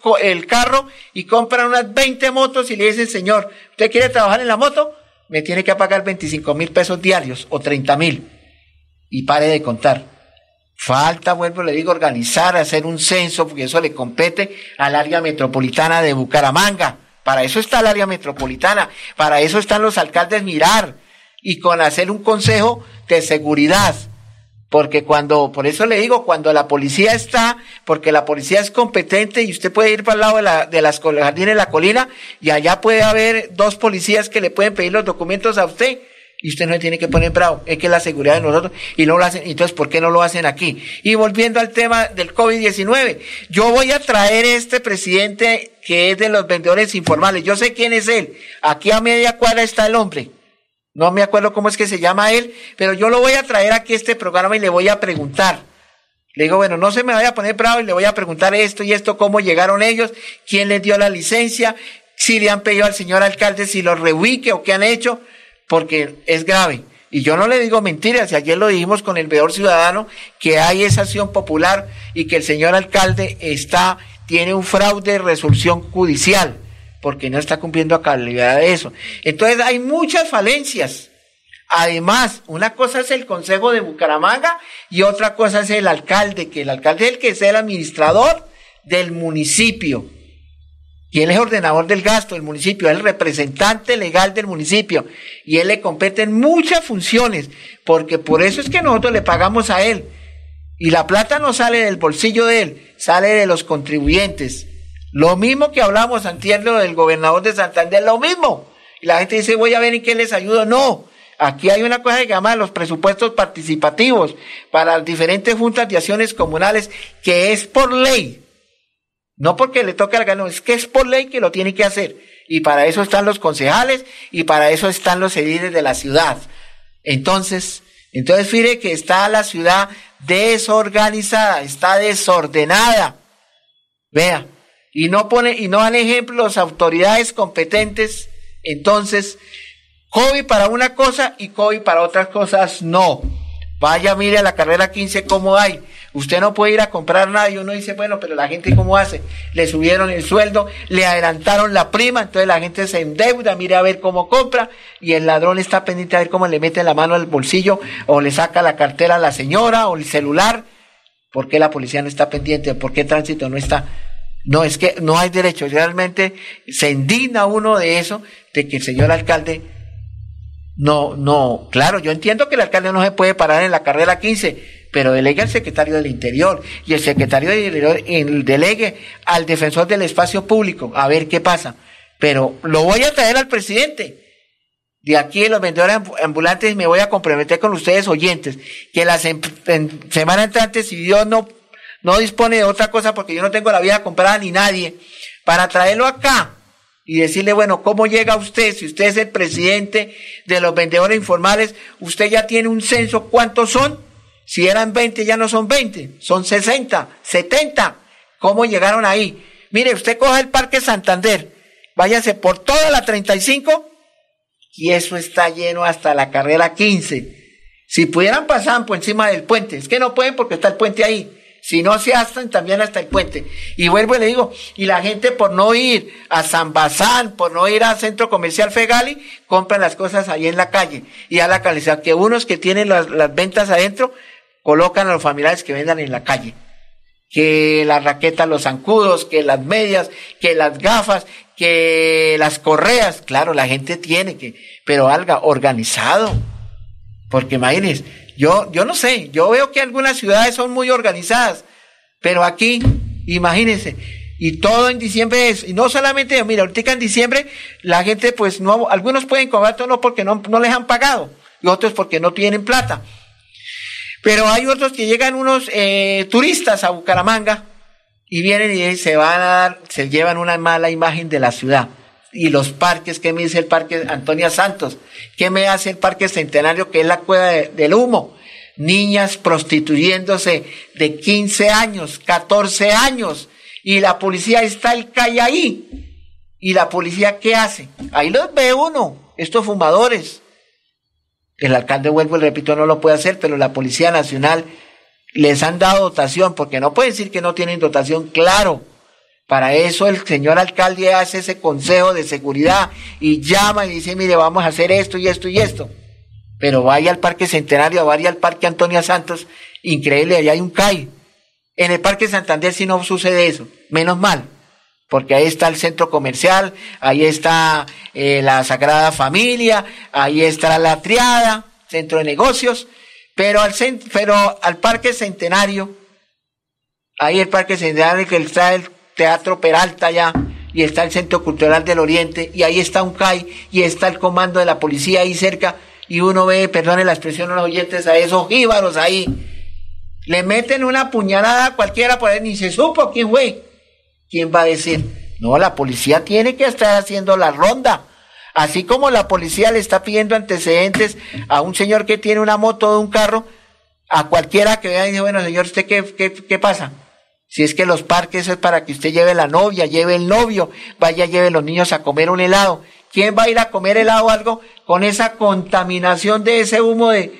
carro y compran unas 20 motos y le dicen, señor, ¿usted quiere trabajar en la moto? Me tiene que pagar 25,000 pesos diarios o 30,000. Y pare de contar. Falta, vuelvo, le digo, organizar, hacer un censo, porque eso le compete al área metropolitana de Bucaramanga. Para eso está el área metropolitana, para eso están los alcaldes mirar, y con hacer un consejo de seguridad. Porque por eso le digo, cuando la policía está, porque la policía es competente, y usted puede ir para el lado de las jardines de la colina, y allá puede haber 2 policías que le pueden pedir los documentos a usted, y usted no se tiene que poner bravo, es que es la seguridad de nosotros, y no lo hacen. Entonces, ¿por qué no lo hacen aquí? Y volviendo al tema del COVID-19, yo voy a traer este presidente que es de los vendedores informales, yo sé quién es él, aquí a media cuadra está el hombre. No me acuerdo cómo es que se llama él, pero yo lo voy a traer aquí a este programa y le voy a preguntar. Le digo, bueno, no se me vaya a poner bravo, y le voy a preguntar esto y esto, cómo llegaron ellos, quién les dio la licencia, si le han pedido al señor alcalde si los reubique o qué han hecho, porque es grave. Y yo no le digo mentiras, y ayer lo dijimos con el veedor ciudadano, que hay esa acción popular y que el señor alcalde tiene un fraude de resolución judicial, porque no está cumpliendo a calidad de eso. Entonces hay muchas falencias. Además, una cosa es el Consejo de Bucaramanga y otra cosa es el alcalde, que el alcalde es el que es el administrador del municipio. Y él es ordenador del gasto del municipio, es el representante legal del municipio, y él le competen muchas funciones, porque por eso es que nosotros le pagamos a él. Y la plata no sale del bolsillo de él, sale de los contribuyentes. Lo mismo que hablamos antier del gobernador de Santander, lo mismo. Y la gente dice, voy a ver en qué les ayudo. No, aquí hay una cosa que se llama los presupuestos participativos para las diferentes juntas de acciones comunales, que es por ley. No porque le toque al gobierno, es que es por ley que lo tiene que hacer. Y para eso están los concejales y para eso están los ediles de la ciudad. Entonces fíjate que está la ciudad desorganizada, está desordenada. Vea. Y no dan ejemplo las autoridades competentes. Entonces, COVID para una cosa y COVID para otras cosas no. Vaya, mire a la carrera 15 cómo hay. Usted no puede ir a comprar nada y uno dice, bueno, pero la gente ¿cómo hace? Le subieron el sueldo, le adelantaron la prima, entonces la gente se endeuda, mire a ver cómo compra y el ladrón está pendiente a ver cómo le mete la mano al bolsillo o le saca la cartera a la señora o el celular. ¿Por qué la policía no está pendiente? ¿Por qué tránsito no está? No, es que no hay derecho. Realmente se indigna uno de eso, de que el señor alcalde no, claro, yo entiendo que el alcalde no se puede parar en la carrera 15, pero delegue al secretario del Interior y el secretario del Interior delegue al defensor del espacio público a ver qué pasa. Pero lo voy a traer al presidente. De aquí de los vendedores ambulantes me voy a comprometer con ustedes oyentes que la semana entrante, si Dios no dispone de otra cosa, porque yo no tengo la vida comprada ni nadie, para traerlo acá y decirle, bueno, ¿cómo llega usted? Si usted es el presidente de los vendedores informales, usted ya tiene un censo, ¿cuántos son? Si eran 20, ya no son 20, son 60, 70. ¿Cómo llegaron ahí? Mire, usted coge el Parque Santander, váyase por toda la 35 y eso está lleno hasta la carrera 15. Si pudieran pasar por encima del puente, es que no pueden porque está el puente ahí. Si no se hacen también hasta el puente. Y vuelvo y le digo, y la gente por no ir a San Bazán, por no ir al Centro Comercial Fegali, compran las cosas ahí en la calle. Y a la calidad que unos que tienen las ventas adentro, colocan a los familiares que vendan en la calle. Que las raquetas, los zancudos, que las medias, que las gafas, que las correas. Claro, la gente tiene que, pero algo organizado. Porque imagínense, yo no sé, yo veo que algunas ciudades son muy organizadas, pero aquí, imagínense, y todo en diciembre es, y no solamente, mira, ahorita en diciembre, la gente pues no, algunos pueden cobrar todo no porque no les han pagado, y otros porque no tienen plata. Pero hay otros que llegan unos turistas a Bucaramanga, y vienen y se llevan una mala imagen de la ciudad. Y los parques, ¿qué me dice el Parque Antonia Santos? ¿Qué me hace el Parque Centenario, que es la Cueva del Humo? Niñas prostituyéndose de 15 años, 14 años, y la policía está al calle ahí. ¿Y la policía qué hace? Ahí los ve uno, estos fumadores. El alcalde, vuelvo y repito, no lo puede hacer, pero la Policía Nacional les han dado dotación, porque no puede decir que no tienen dotación, claro. Para eso el señor alcalde hace ese consejo de seguridad y llama y dice, mire, vamos a hacer esto y esto y esto. Pero vaya al Parque Centenario, vaya al Parque Antonia Santos, increíble, allá hay un CAI. En el Parque Santander sí no sucede eso, menos mal, porque ahí está el centro comercial, ahí está la Sagrada Familia, ahí está la Triada, centro de negocios, pero al Parque Centenario, ahí el Parque Centenario que está el Teatro Peralta allá, y está el Centro Cultural del Oriente, y ahí está un CAI, y está el comando de la policía ahí cerca, y uno ve, perdone la expresión a los oyentes, a esos jíbaros ahí, le meten una puñalada a cualquiera, por ahí ni se supo quién fue. ¿Quién va a decir? No, la policía tiene que estar haciendo la ronda, así como la policía le está pidiendo antecedentes a un señor que tiene una moto o un carro, a cualquiera que vea y dice, bueno, señor, ¿usted qué pasa? Si es que los parques es para que usted lleve la novia, lleve el novio, vaya, lleve los niños a comer un helado. ¿Quién va a ir a comer helado o algo con esa contaminación de ese humo, de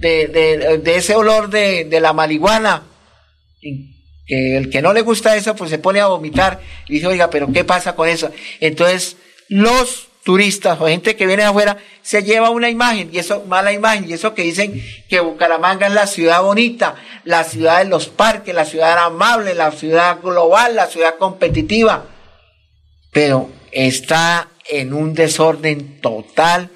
ese olor de la marihuana? Que el que no le gusta eso, pues se pone a vomitar y dice, oiga, pero ¿qué pasa con eso? Entonces, los turistas o gente que viene de afuera se lleva una imagen, y eso, mala imagen, y eso que dicen que Bucaramanga es la ciudad bonita, la ciudad de los parques, la ciudad amable, la ciudad global, la ciudad competitiva, pero está en un desorden total,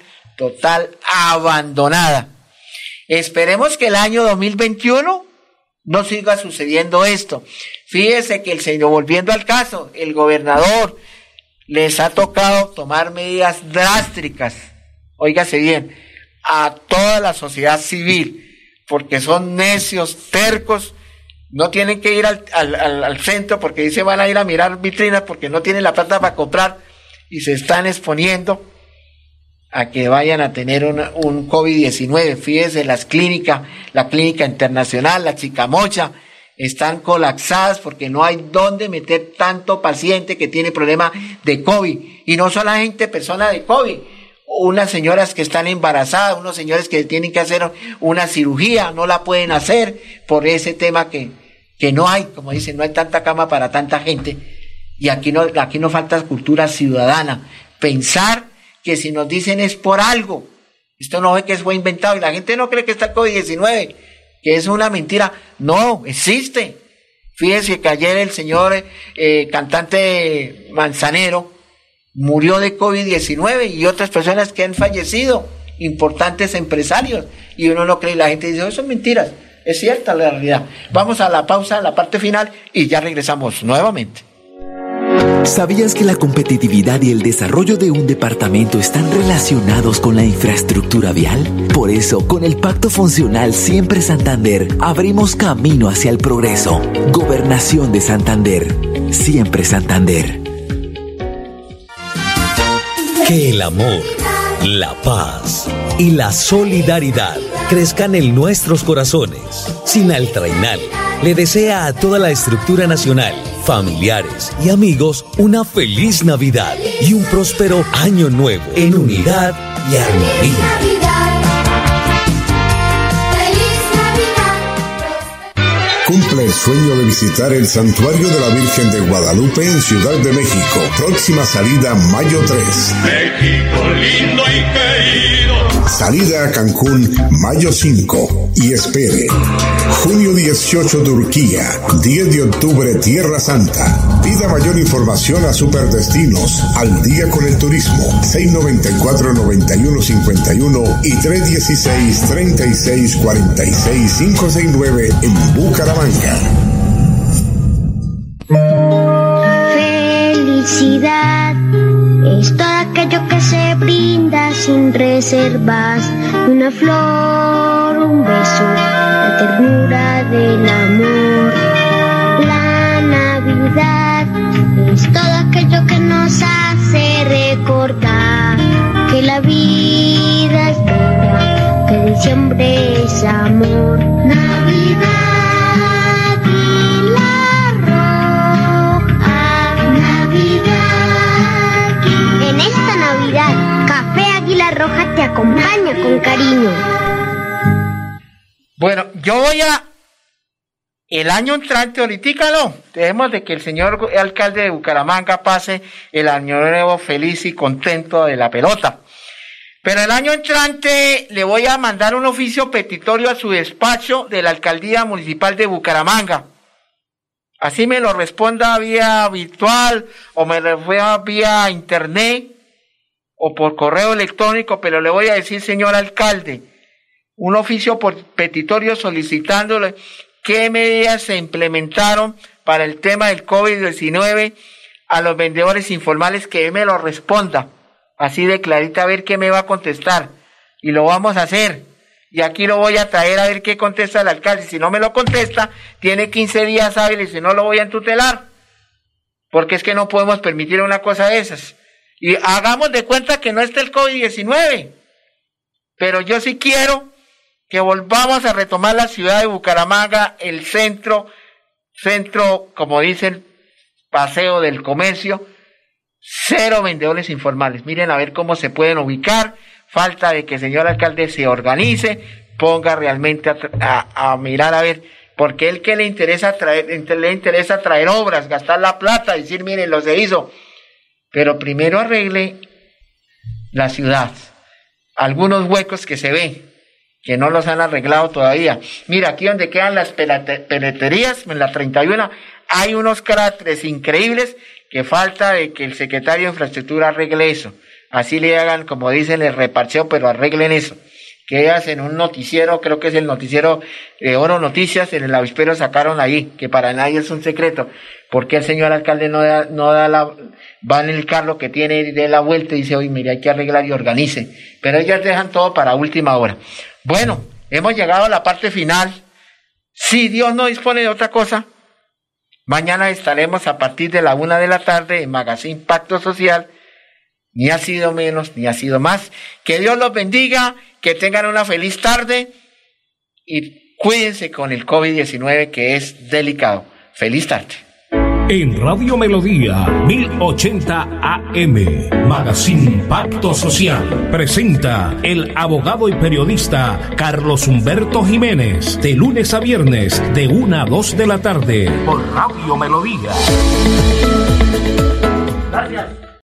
abandonada. Esperemos que el año 2021 no siga sucediendo esto. Fíjese que volviendo al caso, el gobernador les ha tocado tomar medidas drásticas, óigase bien, a toda la sociedad civil, porque son necios, tercos, no tienen que ir al centro porque dice van a ir a mirar vitrinas porque no tienen la plata para comprar y se están exponiendo a que vayan a tener un COVID-19. Fíjese, la clínica internacional, la Chicamocha, están colapsadas porque no hay dónde meter tanto paciente que tiene problema de COVID. Y no solamente personas de COVID, unas señoras que están embarazadas, unos señores que tienen que hacer una cirugía, no la pueden hacer por ese tema que no hay, como dicen, no hay tanta cama para tanta gente. Y aquí no falta cultura ciudadana. Pensar que si nos dicen es por algo. Esto no es que fue inventado y la gente no cree que está el COVID-19, que es una mentira. No, existe. Fíjese que ayer el señor cantante Manzanero murió de COVID-19 y otras personas que han fallecido, importantes empresarios, y uno no cree y la gente dice, eso es mentiras. Es cierta la realidad. Vamos a la pausa, a la parte final y ya regresamos nuevamente. ¿Sabías que la competitividad y el desarrollo de un departamento están relacionados con la infraestructura vial? Por eso, con el Pacto Funcional Siempre Santander, abrimos camino hacia el progreso. Gobernación de Santander. Siempre Santander. Que el amor, la paz y la solidaridad crezcan en nuestros corazones. Sinal Trainal le desea a toda la estructura nacional, familiares y amigos una feliz Navidad y un próspero año nuevo en unidad y armonía. Cumple el sueño de visitar el Santuario de la Virgen de Guadalupe en Ciudad de México. Próxima salida mayo 3. México lindo y querido. Salida a Cancún mayo 5. Y espere. Junio 18 Turquía. 10 de octubre Tierra Santa. Pida mayor información a Superdestinos. Al día con el turismo. 694-9151 y 316-3646-569 en Bucaramanga. Felicidad es todo aquello que se brinda sin reservas. Una flor, un beso, la ternura del amor. La Navidad es todo aquello que nos hace recordar que la vida es bella, que diciembre es amor. Navidad. Roja te acompaña con cariño. Bueno, yo voy el año entrante, ahorita no, dejemos de que el señor alcalde de Bucaramanga pase el año nuevo feliz y contento de la pelota. Pero el año entrante le voy a mandar un oficio petitorio a su despacho de la alcaldía municipal de Bucaramanga. Así me lo responda vía virtual o me lo vía internet o por correo electrónico, pero le voy a decir, señor alcalde, un oficio petitorio solicitándole qué medidas se implementaron para el tema del COVID-19 a los vendedores informales, que él me lo responda, así de clarita, a ver qué me va a contestar, y lo vamos a hacer, y aquí lo voy a traer a ver qué contesta el alcalde. Si no me lo contesta, tiene 15 días hábiles, si no lo voy a entutelar, porque es que no podemos permitir una cosa de esas. Y hagamos de cuenta que no está el COVID-19, pero yo sí quiero que volvamos a retomar la ciudad de Bucaramanga, el centro, como dicen, paseo del comercio, 0 vendedores informales. Miren a ver cómo se pueden ubicar, falta de que el señor alcalde se organice, ponga realmente a mirar a ver, porque él que le interesa traer obras, gastar la plata, decir, miren, lo se hizo. Pero primero arregle la ciudad. Algunos huecos que se ven, que no los han arreglado todavía. Mira, aquí donde quedan las peleterías, en la 31, hay unos cráteres increíbles que falta de que el secretario de Infraestructura arregle eso. Así le hagan, como dicen, el reparcheo, pero arreglen eso. Que hacen un noticiero, creo que es el noticiero de Oro Noticias, en el avispero sacaron ahí, que para nadie es un secreto. ¿Por qué el señor alcalde va en el carro que tiene y dé la vuelta y dice, oye, mire, hay que arreglar y organice? Pero ellos dejan todo para última hora. Bueno, hemos llegado a la parte final. Si Dios no dispone de otra cosa, mañana estaremos a partir de la 1 de la tarde en Magazine Pacto Social. Ni ha sido menos, ni ha sido más. Que Dios los bendiga, que tengan una feliz tarde y cuídense con el COVID-19, que es delicado. Feliz tarde. En Radio Melodía 1080 AM, Magazine Pacto Social, presenta el abogado y periodista Carlos Humberto Jiménez, de lunes a viernes, de 1 a 2 de la tarde, por Radio Melodía. Gracias.